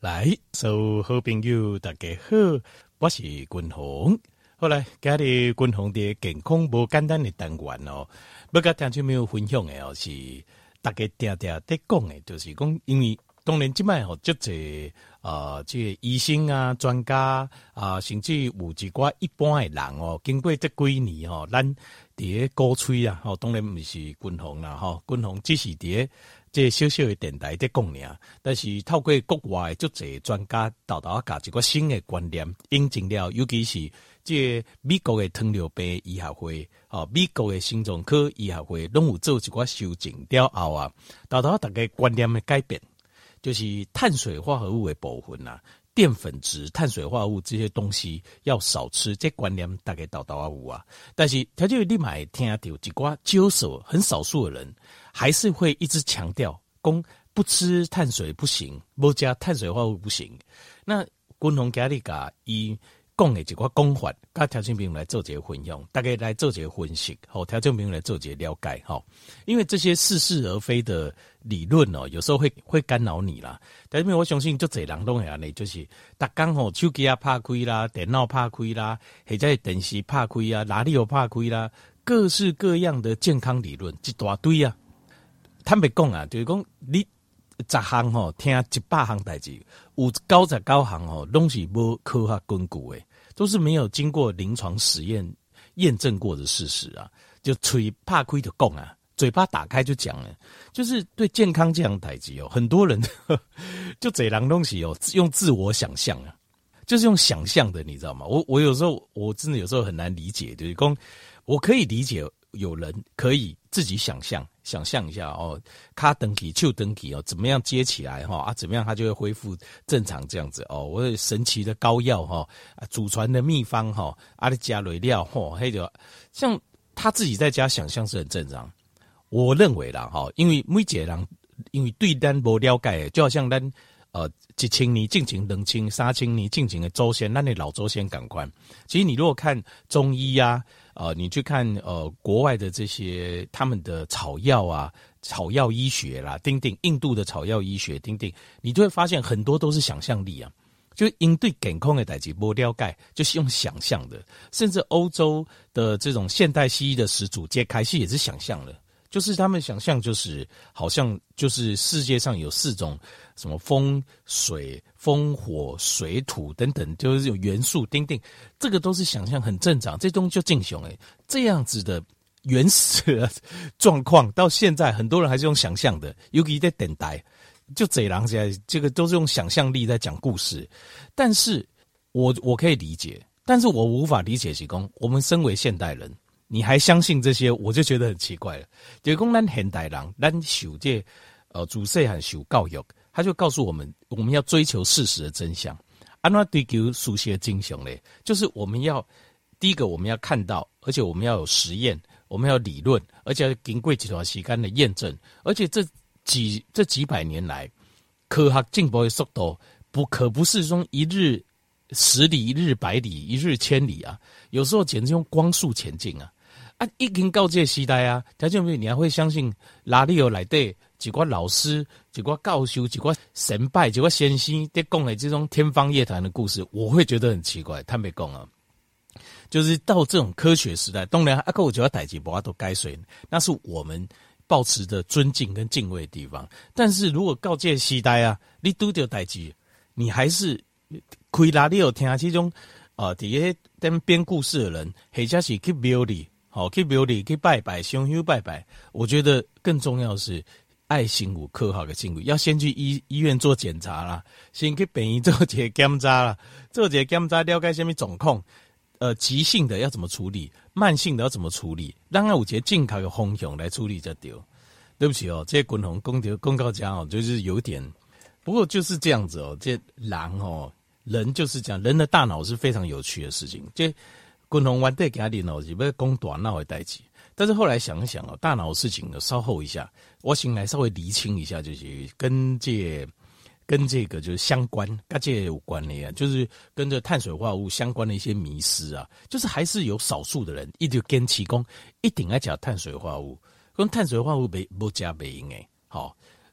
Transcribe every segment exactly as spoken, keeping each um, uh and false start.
来，所有好朋友大家好，我是君鸿。后来今日君鸿的健康无简单的单元哦，要甲听众朋友分享的哦是大家定定在讲的，就是讲因为当然即摆吼，足侪呃，这个医生啊、专家啊，甚至有一寡一般的人哦，经过这几年吼，咱伫咧鼓吹啊，吼，当然毋是君鸿啦，吼，君鸿只是伫咧这小小的电台在讲尔，但是透过国外足侪专家豆豆啊，甲一个新的观念引进了，尤其是这美国的糖尿病医学会，哦，美国的心脏科医学会，拢有做一寡修正了后啊，豆豆大家观念的改变，就是碳水化合物的部分啊，淀粉质、碳水化合物这些东西要少吃，这观念大概豆豆啊有啊，但是条件你买听到一寡少数很少数的人。还是会一直强调，讲不吃碳水不行，不加碳水化合物不行。那君鸿今日甲伊讲的一寡讲法，甲条件朋友来做一个分享，大概来做一个分析，好，条件朋友来做一个了解，哈。因为这些似是而非的理论哦，有时候会会干扰你啦。但是我相信，就这人拢会安尼，就是逐工吼手机啊拍开啦，电脑拍开啦，或者电视拍开啊，哪里有拍开啦，各式各样的健康理论一大堆啊。坦白讲啊，就是讲你十项吼听一百项代志，有九十九项吼拢是无科学根据的，都是没有经过临床实验验证过的事实啊。就嘴拍开就讲啊，嘴巴打开就讲了，就是对健康这样代志哦，很多人呵就这人东西哦，用自我想象啊，就是用想象的，你知道吗？我我有时候我真的有时候很难理解，就是讲我可以理解有人可以自己想象。想象一下哦，卡登起、手登起哦，怎么样接起来哈啊？怎么样它就会恢复正常这样子哦？我有神奇的膏药哈啊，祖传的秘方哈，啊的加蕊料吼，还有像他自己在家想象是很正常。我认为啦哈，因为每一个人因为对咱无了解，就好像咱呃一千年进行两千、三千年进行的祖先，咱的老祖先感官。其实你如果看中医啊。呃，你去看呃国外的这些他们的草药啊，草药医学啦，丁丁，印度的草药医学，丁丁，你就会发现很多都是想象力啊，就因对健康的代志无了解，就是用想象的，甚至欧洲的这种现代西医的始祖揭开西也是想象的。就是他们想象，就是好像就是世界上有四种什么风水、风火、水土等等，就是有元素，丁丁，这个都是想象，很正常。这东西就进雄诶，这样子的原始的状况，到现在很多人还是用想象的，尤其在等待，就这人现在这个都是用想象力在讲故事。但是我我可以理解，但是我无法理解是说，我们身为现代人。你还相信这些，我就觉得很奇怪了。就是讲咱现代人，咱受这呃自细汉受教育，他就告诉我们，我们要追求事实的真相。安怎追求事实的真相嘞？就是我们要第一个，我们要看到，而且我们要有实验，我们要有理论，而且要经过几段时间的验证。而且这几这几百年来，科学进步的速度不可不是说一日十里、一日百里、一日千里啊，有时候简直用光速前进啊。啊，已经到这个时代啊，条件你还会相信哪里有来对几个老师、几个教授、几个神拜、几个先生在讲的这种天方夜谭的故事，我会觉得很奇怪。他没讲啊，就是到这种科学时代，当然阿哥我觉得代志无都该水，那是我们抱持的尊敬跟敬畏的地方。但是如果到这个时代啊，你拄到代志，你还是开哪里有听这种呃，底下在编故事的人，或者是去庙里。好，去庙里去拜拜，香香拜拜。我觉得更重要的是爱心有科学的经历，要先去医医院做检查啦，先去病院做一个检查啦，做一个检查了解什么状况，呃，急性的要怎么处理，慢性的要怎么处理，让它有一个正确的方向来处理才对。对不起哦，这些滚红公调公告家哦，就是有点，不过就是这样子哦，这人哦，人就是这样，人的大脑是非常有趣的事情，这。滚红完对给他领哦，是要讲大脑的代志，但是后来想一想哦，大脑的事情呢，稍后一下，我先来稍微厘清一下，就是跟这跟这个就是相关，跟这有关的啊，就是跟这碳水化合物相关的一些迷思啊，就是还是有少数的人一直坚持讲一定要吃碳水化合物，跟碳水化合物没不加没用诶，好，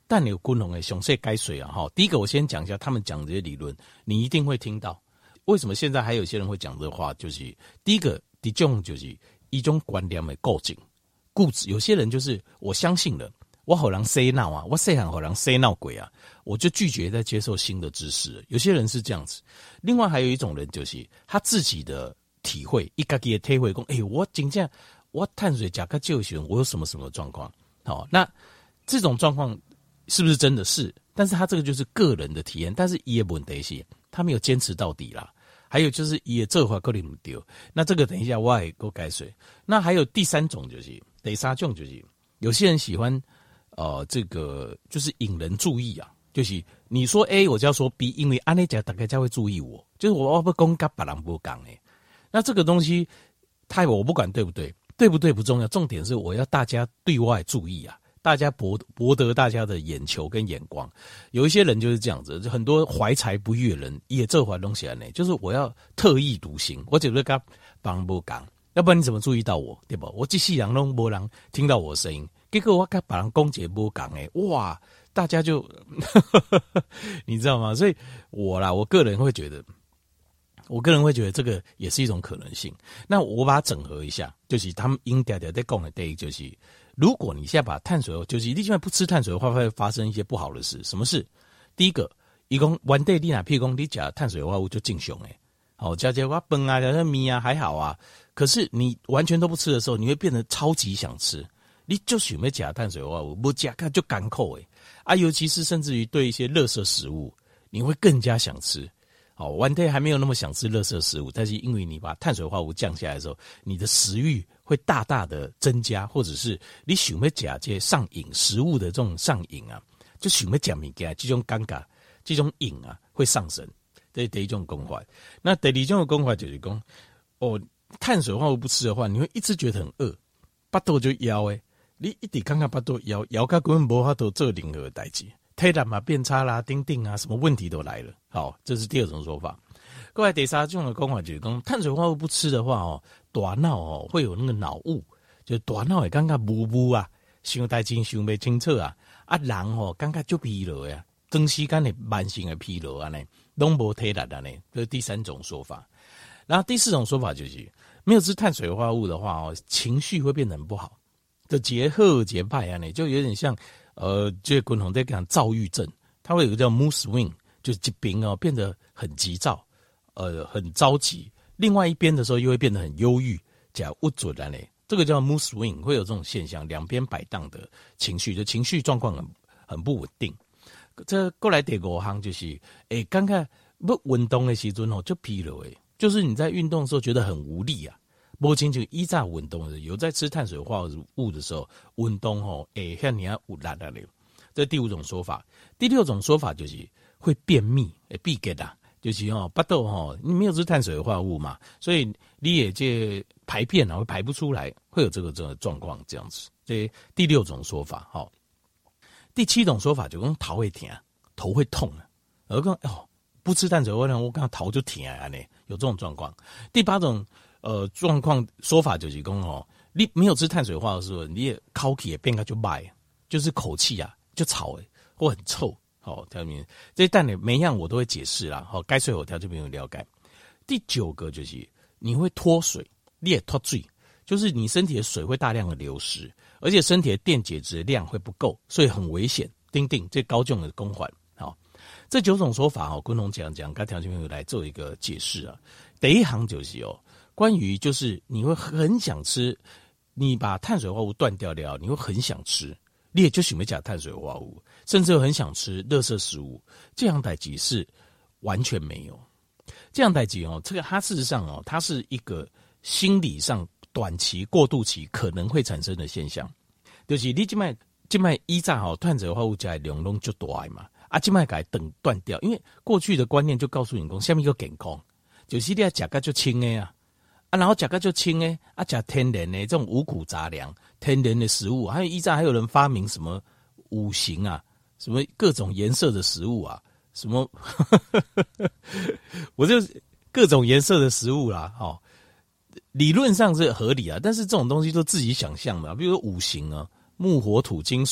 但有均衡的详细解说啊哈。第一个我先讲一下他们讲这些理论，你一定会听到。为什么现在还有些人会讲这话？就是第一个，这种就是一种观念的构建固执。有些人就是我相信了，我好人 say now 啊，我 say 好人 say now 鬼啊，我就拒绝再接受新的知识。有些人是这样子。另外还有一种人就是他自己的体会，一个个体会讲，哎、欸，我真正我碳水加个就行，我有什么什么状况？好，那这种状况是不是真的是？但是他这个就是个人的体验，但是也问题是，他没有坚持到底啦。还有就是也这话可能不对，那这个等一下我也够改水。那还有第三种就是第三种就是有些人喜欢呃这个就是引人注意啊，就是你说 A 我就要说 B， 因为安内讲大家才会注意我，就是我要不讲跟别人不讲诶。那这个东西他我不管对不对，对不对不重要，重点是我要大家对外注意啊。大家博博得大家的眼球跟眼光，有一些人就是这样子，很多怀才不遇的人也这怀东西呢，就是我要特立独行，我只会跟帮不讲，要不然你怎么注意到我，对吧？我这世人都没人听到我的声音，结果我跟别人讲解不讲诶，哇，大家就你知道吗？所以我啦，我个人会觉得，我个人会觉得这个也是一种可能性。那我把它整合一下，就是他们应嗲嗲在讲的第一就是。如果你现在把碳水，就是你现在不吃碳水的话，会发生一些不好的事。什么事？第一个，一共 one day 你哪譬如讲你吃碳水化合物就进熊诶，好加加我崩啊，加加米啊还好啊。可是你完全都不吃的时候，你会变得超级想吃，你就想要吃碳水化合物，不吃就干口诶啊，尤其是甚至于对一些垃圾食物，你会更加想吃。好 ，one day 还没有那么想吃垃圾食物，但是因为你把碳水化合物降下来的时候，你的食欲会大大的增加，或者是你想要吃这上瘾食物的这种上瘾啊，就想要吃物件，这种尴尬，这种瘾啊会上升，这是第一种讲法。那第二种的讲法就是讲，哦，碳水化合物不吃的话，你会一直觉得很饿，巴肚就枵诶，你一直感觉巴肚枵，枵到根本无法度做任何代志。体力嘛变差啦，丁丁啊，什么问题都来了。好，这是第二种说法。各位第三种的讲法就是讲，碳水化合物不吃的话哦，大脑哦会有那个脑雾，就大脑会感觉模糊啊，想代志想不清楚啊，啊人哦感觉就疲劳呀，长时间的慢性的疲劳啊呢，拢无体力啊呢，这是第三种说法。然后第四种说法就是，没有吃碳水化合物的话哦，情绪会变得很不好，就结好结败啊呢，就有点像。呃，这滚筒在讲躁郁症，它会有个叫 mood swing， 就是一边哦变得很急躁，呃，很着急；另外一边的时候又会变得很忧郁，讲不准了呢。这个叫 mood swing， 会有这种现象，两边摆荡的情绪，就情绪状况很很不稳定。这过来第五行就是，诶、欸，刚刚不运动的时阵哦，就疲劳诶，就是你在运动的时候觉得很无力啊。不清楚依照运动的有在吃碳水化合物的时候，运动吼诶像你要有力的了。这是第五种说法。第六种说法就是会便秘，诶必给的，就是哦巴肚吼你没有吃碳水化合物嘛，所以你也这排便啊会排不出来，会有这个这个状况这样子。这第六种说法哈。第七种说法就讲头会痛，头会痛啊，而讲哦不吃碳水化合物，我刚头就痛啊呢，有这种状况。第八种。呃，状况说法就是讲哦，你没有吃碳水化合物的时候，你也口气也变个就坏，就是口气啊就吵诶，或很臭。好、哦，条面这些但你每样我都会解释啦。好、哦，该睡我条这边有了解。第九个就是你会脱水，你也脱水，就是你身体的水会大量的流失，而且身体的电解质量会不够，所以很危险。丁丁这高重的公环。好、哦，这九种说法哦，昆龙讲讲，该条这边有来做一个解释啊。第一行就是哦。关于就是你会很想吃，你把碳水化合物断掉了，你会很想吃，你也就想要吃碳水化合物，甚至很想吃垃圾食物，这样代志是完全没有。这样代志哦，这个它事实上哦，它是一个心理上短期过渡期可能会产生的现象，就是你现在现在依照好碳水化合物加量拢就大嘛，啊，现在改等断掉，因为过去的观念就告诉你讲，下面一个健康，就是你要吃个就轻的啊。啊，然后吃个就轻诶，啊，吃天然的这种五谷杂粮、天然的食物，还有依照还有人发明什么五行啊，什么各种颜色的食物啊，什么，我就各种颜色的食物啦，哦，理论上是合理啊，但是这种东西都自己想象的、啊，比如说五行啊，木火土金水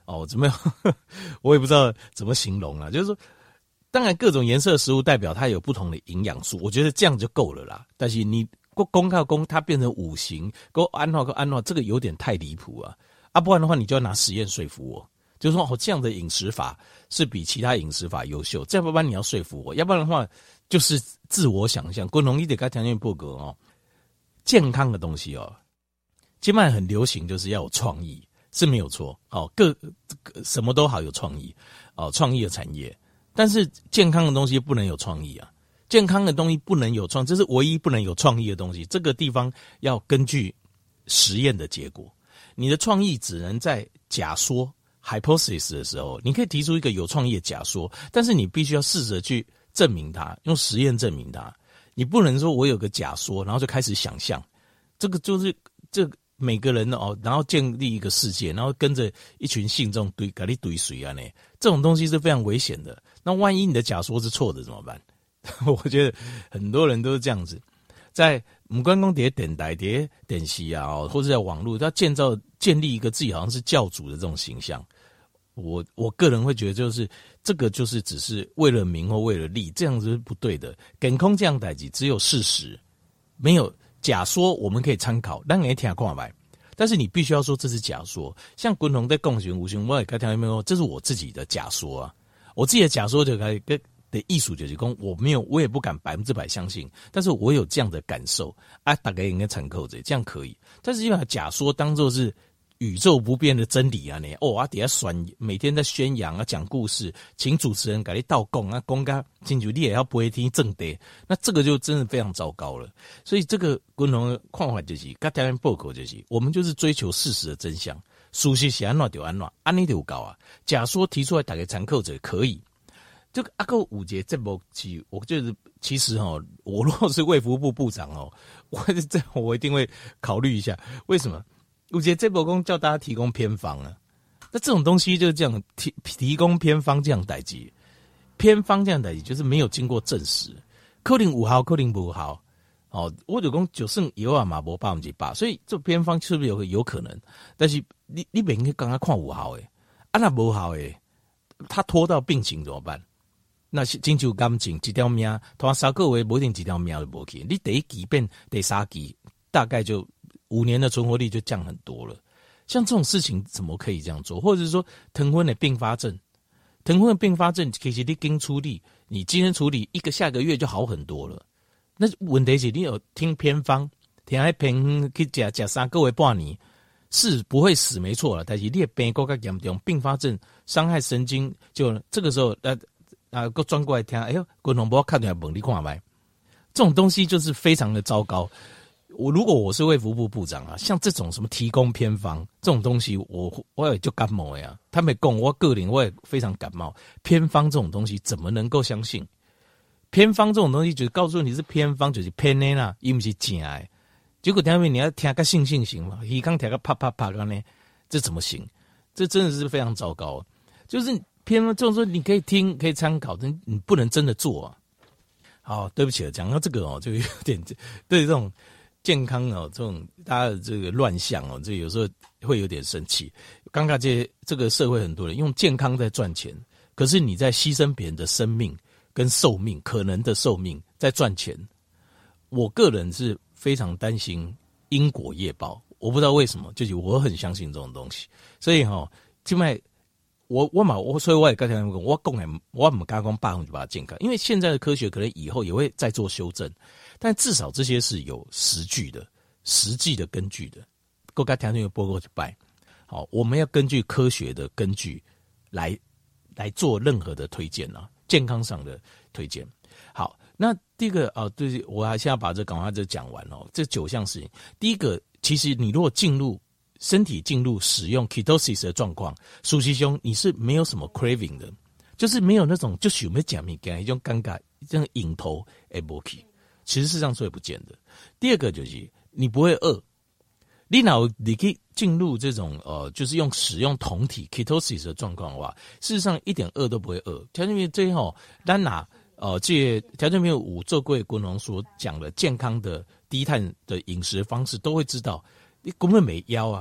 哦，怎么样？我也不知道怎么形容啦。就是说，当然各种颜色的食物代表它有不同的营养素，我觉得这样就够了啦。但是你公靠公，它变成五行，给我安化个安化，这个有点太离谱啊！啊，不然的话，你就要拿实验说服我，就是说，哦，这样的饮食法是比其他饮食法优秀。再不然你要说服我，要不然的话，就是自我想象。共同一点跟条件不合哦，健康的东西哦，现在很流行，就是要有创意，是没有错哦。各什么都好有创意哦，创意的产业，但是健康的东西不能有创意啊。健康的东西不能有创，这是唯一不能有创意的东西。这个地方要根据实验的结果，你的创意只能在假说 hypothesis 的时候，你可以提出一个有创意的假说，但是你必须要试着去证明它，用实验证明它。你不能说我有个假说，然后就开始想象，这个就是这个每个人哦，然后建立一个世界，然后跟着一群信众堆给你堆水啊呢，这种东西是非常危险的。那万一你的假说是错的怎么办？我觉得很多人都是这样子，在不管讲在电台、在电视啊，或者在网络，要建造建立一个自己好像是教主的这种形象。我我个人会觉得，就是这个就是只是为了名或为了利，这样子是不对的。健康这样代志，只有事实，没有假说，我们可以参考，让人听看买。但是你必须要说这是假说。像滚龙在共寻无寻，我也刚听到没有？这是我自己的假说啊，我自己的假说就可以跟。的艺术就是讲，我没有，我也不敢百分之百相信，但是我有这样的感受啊，大概应该参考这，这样可以。但是要把假说当作是宇宙不变的真理啊，你哦啊，底下宣每天在宣扬啊，讲故事，请主持人给你倒供啊，公家清楚你也要不会听正的，那这个就真的非常糟糕了。所以这个共同的看法就是，跟台湾报告就是，我们就是追求事实的真相，事实是安怎就安怎，安尼就有够啊。假说提出来，大家参考者可以。这个阿够五节这部剧，我觉得其实哈，我如果是卫福部部长哦，我这我一定会考虑一下。为什么？五节这部公叫大家提供偏方啊，那这种东西就是这样提提供偏方这样代际，偏方这样代际就是没有经过证实，可能有效，可能不好。哦，我就讲就算有啊嘛，无百分之百，所以这偏方是不是有有可能？但是你你别去刚刚看有效诶，啊那无效诶，他拖到病情怎么办？那是亲像感情一条命，拖三个月不一定一条命就无去。你第一期变第三期，大概就五年的存活率就降很多了。像这种事情怎么可以这样做？或者是说疼昏的并发症，疼昏的并发症其实你经处理，你今天处理一个下个月就好很多了。那问题是你有听偏方，听那偏去吃吃三个月半年，是不会死没错了，但是你的病更加严重，并发症伤害神经，就这个时候呃。啊，个转过来听，哎呦，滚龙波看起来猛，你看没？这种东西就是非常的糟糕。我如果我是卫福部部长啊，像这种什么提供偏方这种东西，我我也就感冒呀。他们讲，我个人我也非常感冒。偏方这种东西怎么能够相信？偏方这种东西就是告诉你是偏方，就是骗的啦，又不是真的。结果听面你要听个信信行嘛，一刚听个啪啪啪个呢，这怎么行？这真的是非常糟糕，就是。偏方这种说你可以听可以参考，但你不能真的做啊。好，对不起了，讲到这个哦，就有点对这种健康哦，这种大家的这个乱象哦，这有时候会有点生气。刚刚这这个社会很多人用健康在赚钱，可是你在牺牲别人的生命跟寿命，可能的寿命在赚钱。我个人是非常担心因果业报，我不知道为什么，就是我很相信这种东西，所以哈、哦，现在。我我嘛我所以我也刚才讲，我讲的我唔敢讲百分之百健康，因为现在的科学可能以后也会再做修正，但至少这些是有实据的、实际的根据的。各家条件报告去拜，好，我们要根据科学的根据来来做任何的推荐啊，健康上的推荐。好，那第一个啊，对，我还是要把这赶快这讲完哦。这九项事情，第一个，其实你如果进入。身体进入使用 ketosis 的状况，苏西兄你是没有什么 craving 的，就是没有那种就是有没有讲米干一种尴尬，这样瘾头哎不去，其实事实上是会不见的。第二个就是你不会饿，你脑你可以进入这种呃，就是用使用酮体 ketosis 的状况的话，事实上一点饿都不会饿。条件面这一吼，单拿呃这条件面五做贵国农所讲的健康的低碳的饮食方式，都会知道你根本没腰啊。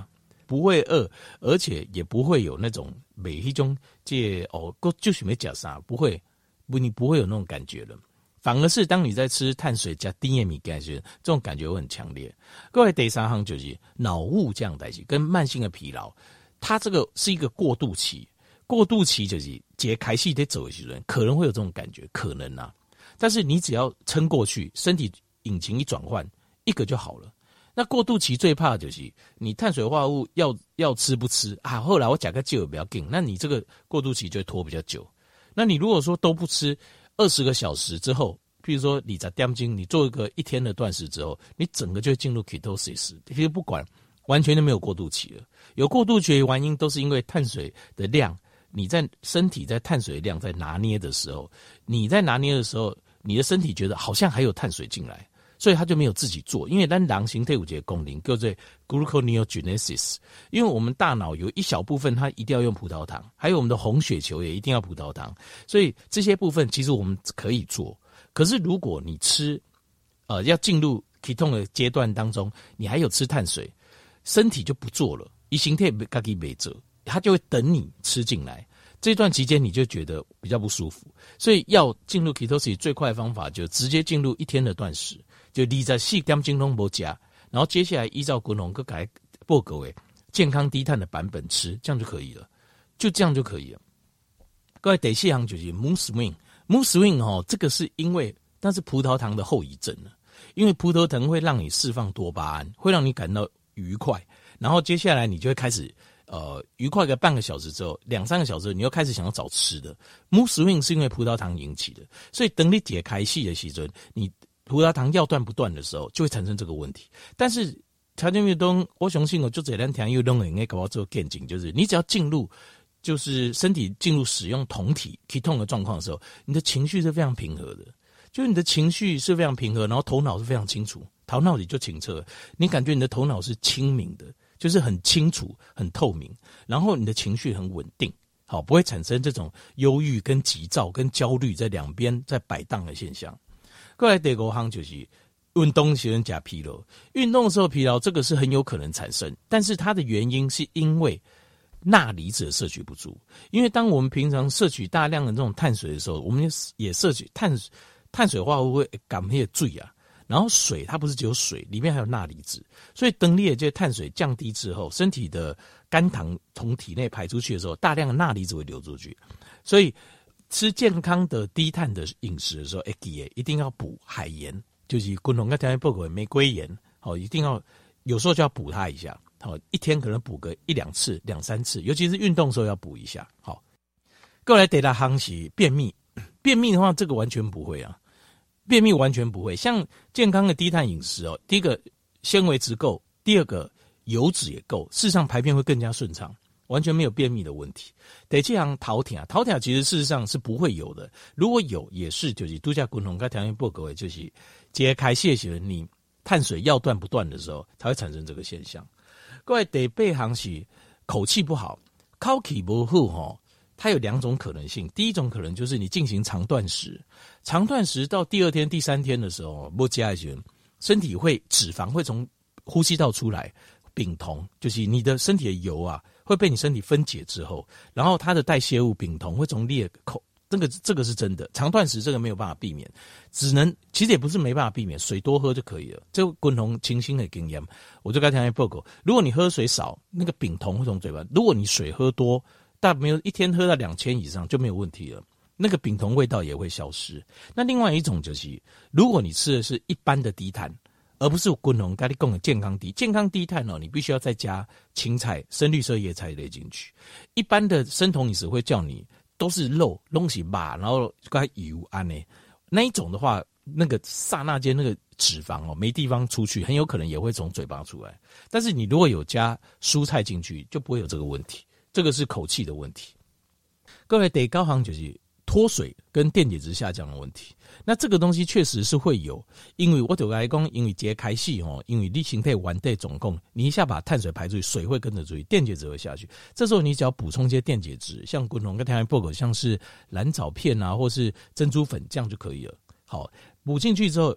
不会饿，而且也不会有那种每一种这哦，就是没假啥，不会不你不会有那种感觉了。反而是当你在吃碳水加低盐米钙时，这种感觉会很强烈。各位第三行就是脑雾这样的东西，跟慢性的疲劳，它这个是一个过渡期。过渡期就是节开始得走的时候，可能会有这种感觉，可能啊。但是你只要撑过去，身体引擎一转换，一个就好了。那过渡期最怕的就是你碳水化合物要要吃不吃啊？后来我讲个就比较紧，那你这个过渡期就会拖比较久。那你如果说都不吃，二十个小时之后，譬如说你在点睛，你做一个一天的断食之后，你整个就会进入 ketosis。其实不管，完全都没有过渡期了。有过渡期的原因都是因为碳水的量，你在身体在碳水量在拿捏的时候，你在拿捏的时候，你的身体觉得好像还有碳水进来，所以他就没有自己做。因为咱人形态有一个功能叫做 gluconeogenesis， 因为我们大脑有一小部分它一定要用葡萄糖，还有我们的红血球也一定要葡萄糖，所以这些部分其实我们可以做。可是如果你吃呃要进入 ketone 的阶段当中，你还有吃碳水，身体就不做了，它形态自己没做，它就会等你吃进来。这段期间你就觉得比较不舒服，所以要进入 ketosis 最快的方法就直接进入一天的断食，就二十四点钟都没吃，然后接下来依照滚龙各改报告为健康低碳的版本吃，这样就可以了，就这样就可以了。各位第四项就是 mood swing，mood swing 哦，这个是因为那是葡萄糖的后遗症了，因为葡萄糖会让你释放多巴胺，会让你感到愉快，然后接下来你就会开始。呃，愉快个半个小时之后，两三个小时，你又开始想要找吃的。mood swing 是因为葡萄糖引起的，所以等你解开戏的时候，你葡萄糖要断不断的时候，就会产生这个问题。但是条件运动，我相信我就这两天又弄应该搞到这个见景，就是你只要进入，就是身体进入使用酮体 ketone 的状况的时候，你的情绪是非常平和的，就是你的情绪是非常平和，然后头脑是非常清楚，头脑里就清澈，你感觉你的头脑是清明的。就是很清楚、很透明，然后你的情绪很稳定，好，不会产生这种忧郁、跟急躁、跟焦虑在两边在摆荡的现象。过来第五项就是运动时候加疲劳，运动的时候疲劳，这个是很有可能产生，但是它的原因是因为钠离子的摄取不足。因为当我们平常摄取大量的这种碳水的时候，我们也摄取碳碳水化合物会感那个水啊。然后水它不是只有水，里面还有钠离子，所以等你的这些碳水降低之后，身体的肝糖从体内排出去的时候，大量的钠离子会流出去。所以吃健康的低碳的饮食的时候，一定要补海盐，就是滚龙跟条件报告玫瑰盐，好，一定要有时候就要补它一下，好，一天可能补个一两次、两三次，尤其是运动的时候要补一下。好，过来第六项是便秘，便秘的话，这个完全不会啊。便秘完全不会，像健康的低碳饮食哦，第一个纤维质够，第二个油脂也够，事实上排便会更加顺畅，完全没有便秘的问题。第七项头痛，头痛其实事实上是不会有的，如果有也是就是度假滚筒跟条件报告，就是解开泄血，你碳水要断不断的时候，才会产生这个现象。各位第八项是口气不好，口气不好吼。它有两种可能性，第一种可能就是你进行长断食，长断食到第二天、第三天的时候，不加一些，身体会脂肪会从呼吸道出来，丙酮就是你的身体的油啊，会被你身体分解之后，然后它的代谢物丙酮会从裂口，这个这个是真的。长断食这个没有办法避免，只能其实也不是没办法避免，水多喝就可以了。这个滚筒清新的经验，我就刚才报告，如果你喝水少，那个丙酮会从嘴巴；如果你水喝多。但没有一天喝到两千以上就没有问题了，那个丙酮味道也会消失。那另外一种就是，如果你吃的是一般的低碳，而不是滚龙跟你讲的健康低，健康低碳哦，你必须要再加青菜、深绿色叶菜类进去。一般的生酮饮食会叫你都是肉、东西吧，然后跟油安呢，那一种的话，那个刹那间那个脂肪哦没地方出去，很有可能也会从嘴巴出来。但是你如果有加蔬菜进去，就不会有这个问题。这个是口气的问题。各位第九项就是脱水跟电解质下降的问题。那这个东西确实是会有，因为我就来讲，因为节开始哦，因为你形态完对总共，你一下把碳水排出去，水会跟着出去，电解质会下去。这时候你只要补充一些电解质，像滚筒跟太阳报告，像是蓝藻片啊，或是珍珠粉，这样就可以了。好，补进去之后，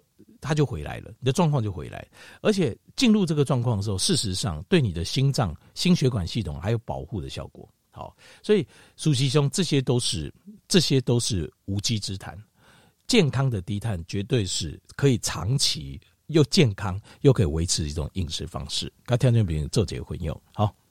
它就回来了，你的状况就回来，而且进入这个状况的时候，事实上对你的心脏、心血管系统还有保护的效果。好，所以苏西兄，这些都是这些都是无稽之谈。健康的低碳绝对是可以长期又健康又可以维持一种饮食方式。跟听众朋友做这个混用，好。